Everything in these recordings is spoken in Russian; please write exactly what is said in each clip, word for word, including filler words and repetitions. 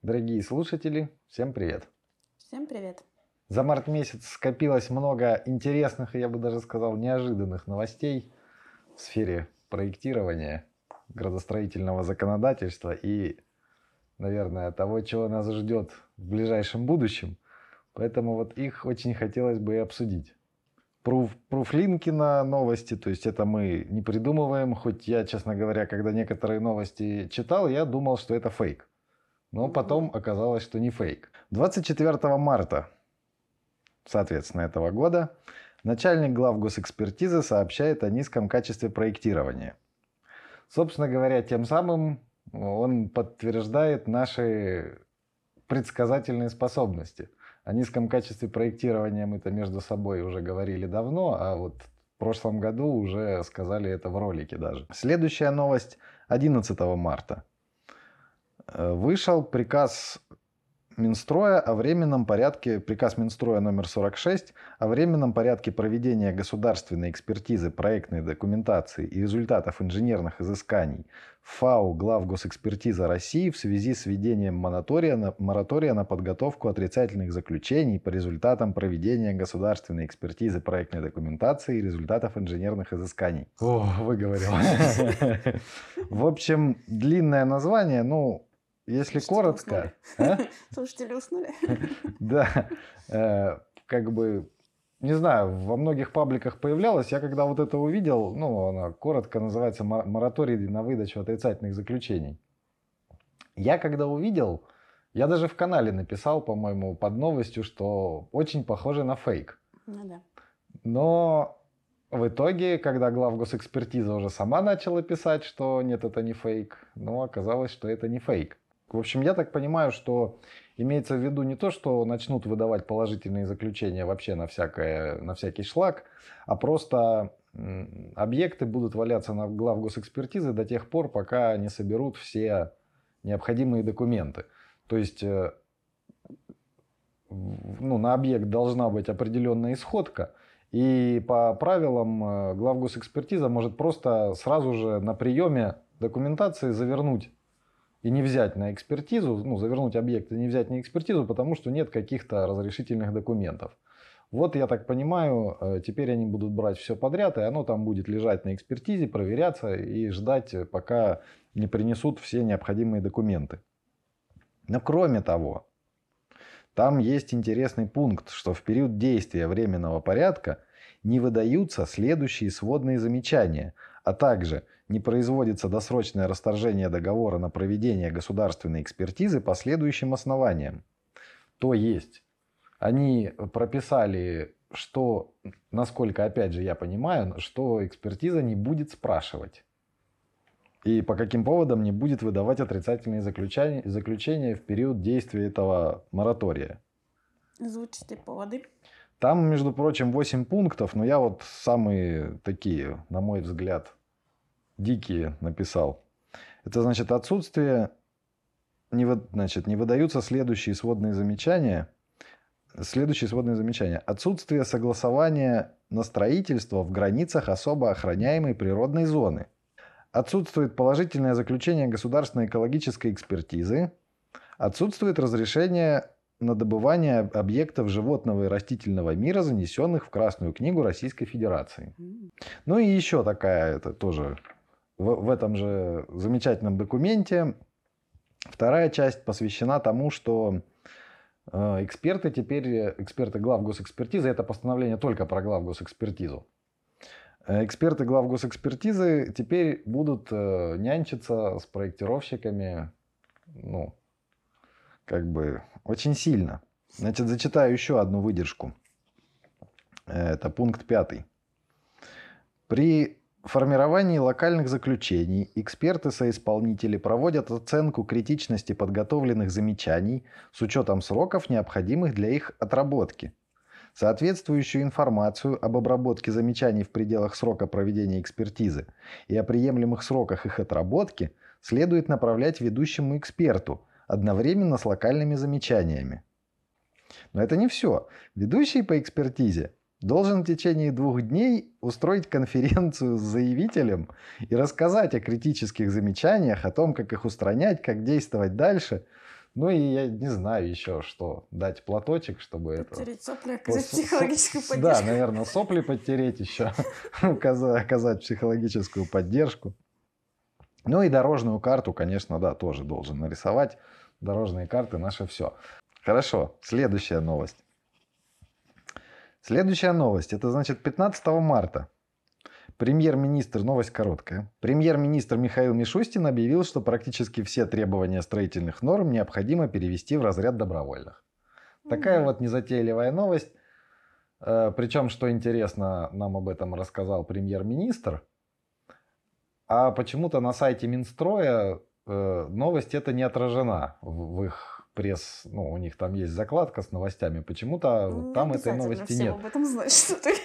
Дорогие слушатели, всем привет! Всем привет! За март месяц скопилось много интересных и, я бы даже сказал, неожиданных новостей в сфере проектирования, градостроительного законодательства и, наверное, того, чего нас ждет в ближайшем будущем. Поэтому вот их очень хотелось бы и обсудить. Пруф, пруфлинки на новости, то есть это мы не придумываем, хоть я, честно говоря, когда некоторые новости читал, я думал, что это фейк. Но потом оказалось, что не фейк. двадцать четвёртого марта, соответственно, этого года, начальник главгосэкспертизы сообщает о низком качестве проектирования. Собственно говоря, тем самым он подтверждает наши предсказательные способности. О низком качестве проектирования мы-то между собой уже говорили давно, а вот в прошлом году уже сказали это в ролике даже. Следующая новость одиннадцатого марта. Вышел приказ Минстроя о временном порядке, приказ Минстроя номер сорок шесть о временном порядке проведения государственной экспертизы проектной документации и результатов инженерных изысканий ФАУ Главгосэкспертиза России в связи с введением моратория на, моратория на подготовку отрицательных заключений по результатам проведения государственной экспертизы проектной документации и результатов инженерных изысканий. О, выговорил. В общем, длинное название, ну, если Слушатели коротко... уснули. А? Слушатели уснули. Да, как бы, не знаю, во многих пабликах появлялось. Я когда вот это увидел, ну, она коротко называется «Мораторий на выдачу отрицательных заключений». Я когда увидел, я даже в канале написал, по-моему, под новостью, что очень похоже на фейк. Ну да. Но в итоге, когда главгосэкспертиза уже сама начала писать, что нет, это не фейк, но оказалось, что это не фейк. В общем, я так понимаю, что имеется в виду не то, что начнут выдавать положительные заключения вообще на, всякое, на всякий шлак, а просто объекты будут валяться на главгосэкспертизы до тех пор, пока не соберут все необходимые документы. То есть ну, на объект должна быть определенная исходка, и по правилам главгосэкспертиза может просто сразу же на приеме документации завернуть и не взять на экспертизу, ну, завернуть объект и не взять на экспертизу, потому что нет каких-то разрешительных документов. Вот, я так понимаю, теперь они будут брать все подряд, и оно там будет лежать на экспертизе, проверяться и ждать, пока не принесут все необходимые документы. Но кроме того, там есть интересный пункт, что в период действия временного порядка не выдаются следующие сводные замечания, а также не производится досрочное расторжение договора на проведение государственной экспертизы по следующим основаниям. То есть они прописали, что, насколько, опять же, я понимаю, что экспертиза не будет спрашивать. И по каким поводам не будет выдавать отрицательные заключения, заключения в период действия этого моратория. Озвучите поводы. Там, между прочим, восемь пунктов, но я вот самые такие, на мой взгляд, дикие написал. Это значит отсутствие, не, вы, значит, не выдаются следующие сводные замечания. Следующие сводные замечания. Отсутствие согласования на строительство в границах особо охраняемой природной зоны. Отсутствует положительное заключение государственной экологической экспертизы. Отсутствует разрешение на добывание объектов животного и растительного мира, занесенных в Красную книгу Российской Федерации. Ну и еще такая, это тоже в, в этом же замечательном документе. Вторая часть посвящена тому, что э, эксперты теперь, эксперты главгосэкспертизы, это постановление только про главгосэкспертизу. Эксперты главгосэкспертизы теперь будут э, нянчиться с проектировщиками, ну, как бы очень сильно. Значит, зачитаю еще одну выдержку. Это пункт пятый. При формировании локальных заключений эксперты-соисполнители проводят оценку критичности подготовленных замечаний с учетом сроков, необходимых для их отработки. Соответствующую информацию об обработке замечаний в пределах срока проведения экспертизы и о приемлемых сроках их отработки следует направлять ведущему эксперту одновременно с локальными замечаниями. Но это не все. Ведущий по экспертизе должен в течение двух дней устроить конференцию с заявителем и рассказать о критических замечаниях, о том, как их устранять, как действовать дальше. Ну и я не знаю еще, что дать платочек, чтобы это... Подтереть сопли, Вот оказать с- психологическую с- поддержку. Да, наверное, сопли подтереть еще, оказа- оказать психологическую поддержку. Ну и дорожную карту, конечно, да, тоже должен нарисовать. Дорожные карты наше все. Хорошо, следующая новость. Следующая новость. Это значит пятнадцатого марта. Премьер-министр, новость короткая. Премьер-министр Михаил Мишустин объявил, что практически все требования строительных норм необходимо перевести в разряд добровольных. Такая Мгм. вот незатейливая новость. Э, Причем, что интересно, нам об этом рассказал премьер-министр. А почему-то на сайте Минстроя э, новость эта не отражена в, в их пресс... Ну, у них там есть закладка с новостями. Почему-то Ну, не там этой обязательно новости всем нет. об этом знать, что ты.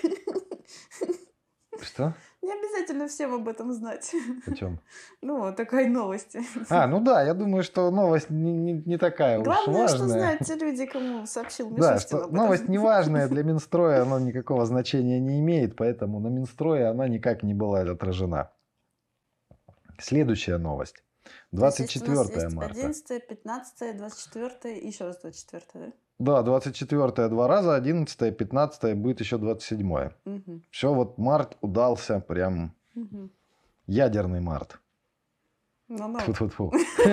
Что? Не обязательно всем об этом знать. О чем? Ну, такая новость. А, ну да, я думаю, что новость не, не- не такая уж Главное, что важная. знают те люди, кому сообщил Да, Мишустин что об этом. новость неважная для Минстроя, она никакого значения не имеет, поэтому на Минстрое она никак не была отражена. Следующая новость. То есть, двадцать есть у нас четвёртого есть марта. одиннадцатое, пятнадцатое, двадцать четвёртое и еще раз двадцать четвёртое, да? Да, двадцать четвёртое два раза, одиннадцатое, пятнадцатое, будет еще двадцать седьмое. Мгм, Все, вот март удался, прям мгм. ядерный март. Ну-ну. Тьфу-тьфу-тьфу.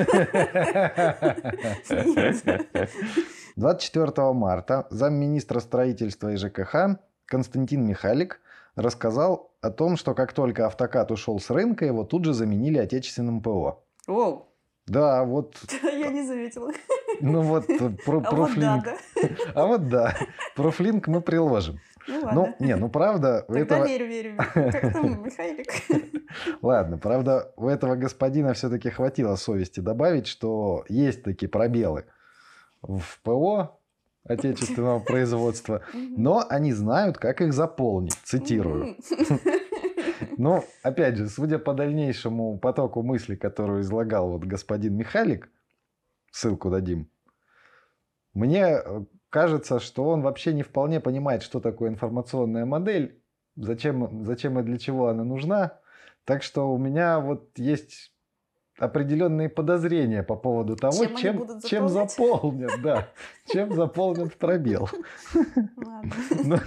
Нет. двадцать четвёртого марта замминистра строительства и ЖКХ Константин Михалик рассказал о том, что как только автокад ушел с рынка, его тут же заменили отечественным ПО. Воу, Да, вот, я не заметила. ну вот, э, про- А вот да, профлинк. да. А вот да, профлинк мы приложим. Ну Ну, ладно. не, ну правда, у Тогда этого... верю, верю. верю. Как там, Михайлик? Ладно, правда, у этого господина все-таки хватило совести добавить, что есть такие пробелы в ПО отечественного производства, Мгм. но они знают, как их заполнить. Цитирую. Мгм. Но, опять же, судя по дальнейшему потоку мысли, которую излагал вот господин Михалик, ссылку дадим, мне э, кажется, что он вообще не вполне понимает, что такое информационная модель, зачем, зачем и для чего она нужна. Так что у меня вот есть определенные подозрения по поводу того, Чем они чем, будут чем заполнять? заполнят, да, чем заполнят пробел. Ладно. Ну,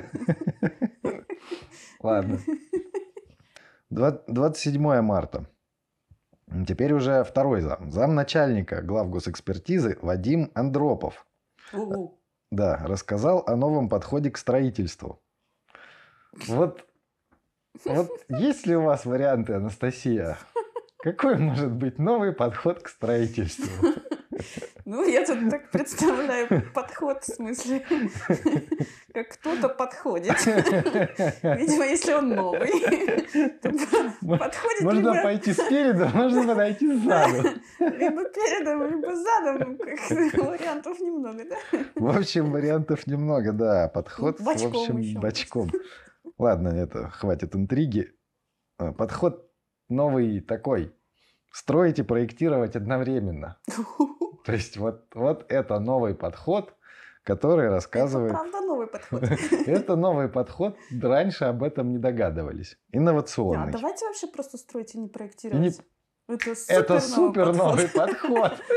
Ладно. Два- двадцать седьмое марта. Теперь уже второй зам. Замначальника главгосэкспертизы Вадим Андропов. У-у. Да, рассказал о новом подходе к строительству. Вот, вот есть ли у вас варианты, Анастасия? Какой может быть новый подход к строительству? Ну, я тут так представляю подход, в смысле, как кто-то подходит. Видимо, если он новый, то подходит Можно либо, пойти спереду, можно подойти сзаду. либо передом, либо задом. Как вариантов немного, да? В общем, вариантов немного, да. Подход, Бочком в общем, еще. бочком. Ладно, это хватит интриги. А, Подход новый такой. Строить и проектировать одновременно. То есть вот, вот это новый подход, который Это рассказывает... правда новый подход. Это новый подход, раньше об этом не догадывались. А Инновационный. давайте вообще просто строить и не И не- проектировать. Это Это супер супер новый подход. подход.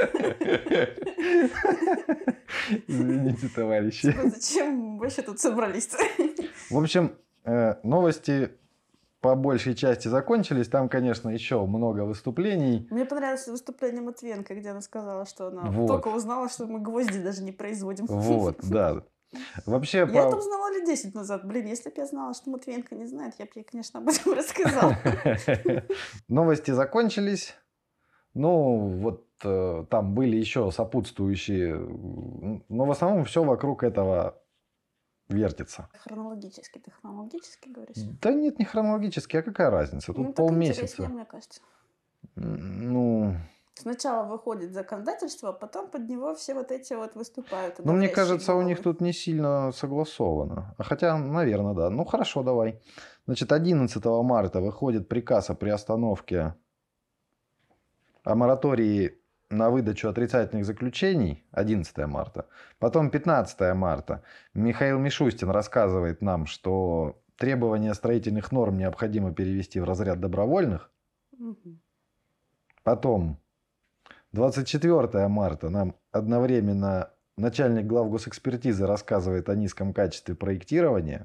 Извините, товарищи. Типа, зачем мы вообще тут собрались-то? В общем, э, новости по большей части закончились. Там, конечно, еще много выступлений. Мне понравилось выступление Матвенко, где она сказала, что она Вот. только узнала, что мы гвозди даже не производим. Вот, да. Вообще, Я по- это узнала лет десять назад. Блин, если бы я знала, что Матвенко не знает, я бы ей, конечно, об этом рассказала. новости закончились. Ну, вот э, там были еще сопутствующие. м, Но в основном все вокруг этого вертится. Хронологически, ты хронологически говоришь? Да нет, не хронологически, а какая разница? Тут Ну, так интереснее, полмесяца. мне кажется. М, Ну, Сначала выходит законодательство, а потом под него все вот эти вот выступают. ну, мне говорящие кажется, у них головы. тут не сильно согласовано. А хотя, наверное, да. Ну, хорошо, давай. Значит, одиннадцатого марта выходит приказ о приостановке, о моратории на выдачу отрицательных заключений. одиннадцатого марта. Потом пятнадцатого марта. Михаил Мишустин рассказывает нам, что требования строительных норм необходимо перевести в разряд добровольных. Мгм. Потом двадцать четвёртого марта нам одновременно начальник главгосэкспертизы рассказывает о низком качестве проектирования.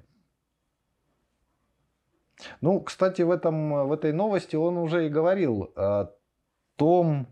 Ну, кстати, в, этом, в этой новости он уже и говорил о том,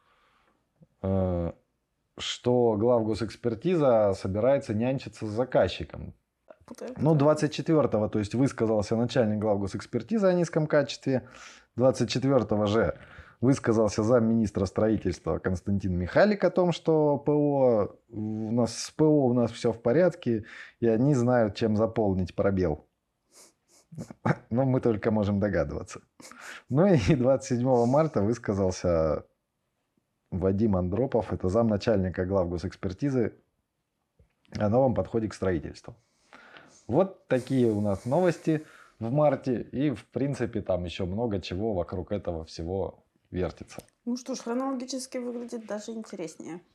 что главгосэкспертиза собирается нянчиться с заказчиком. Ну, двадцать четвёртого, то есть высказался начальник главгосэкспертизы о низком качестве. двадцать четвёртого же высказался замминистра строительства Константин Михалик о том, что ПО, у нас, с ПО у нас все в порядке, и они знают, чем заполнить пробел. Но мы только можем догадываться. Ну и двадцать седьмого марта высказался Вадим Андропов, это замначальника главгосэкспертизы, о новом подходе к строительству. Вот такие у нас новости в марте. И, в принципе, там еще много чего вокруг этого всего вертится. Ну что ж, хронологически выглядит даже интереснее.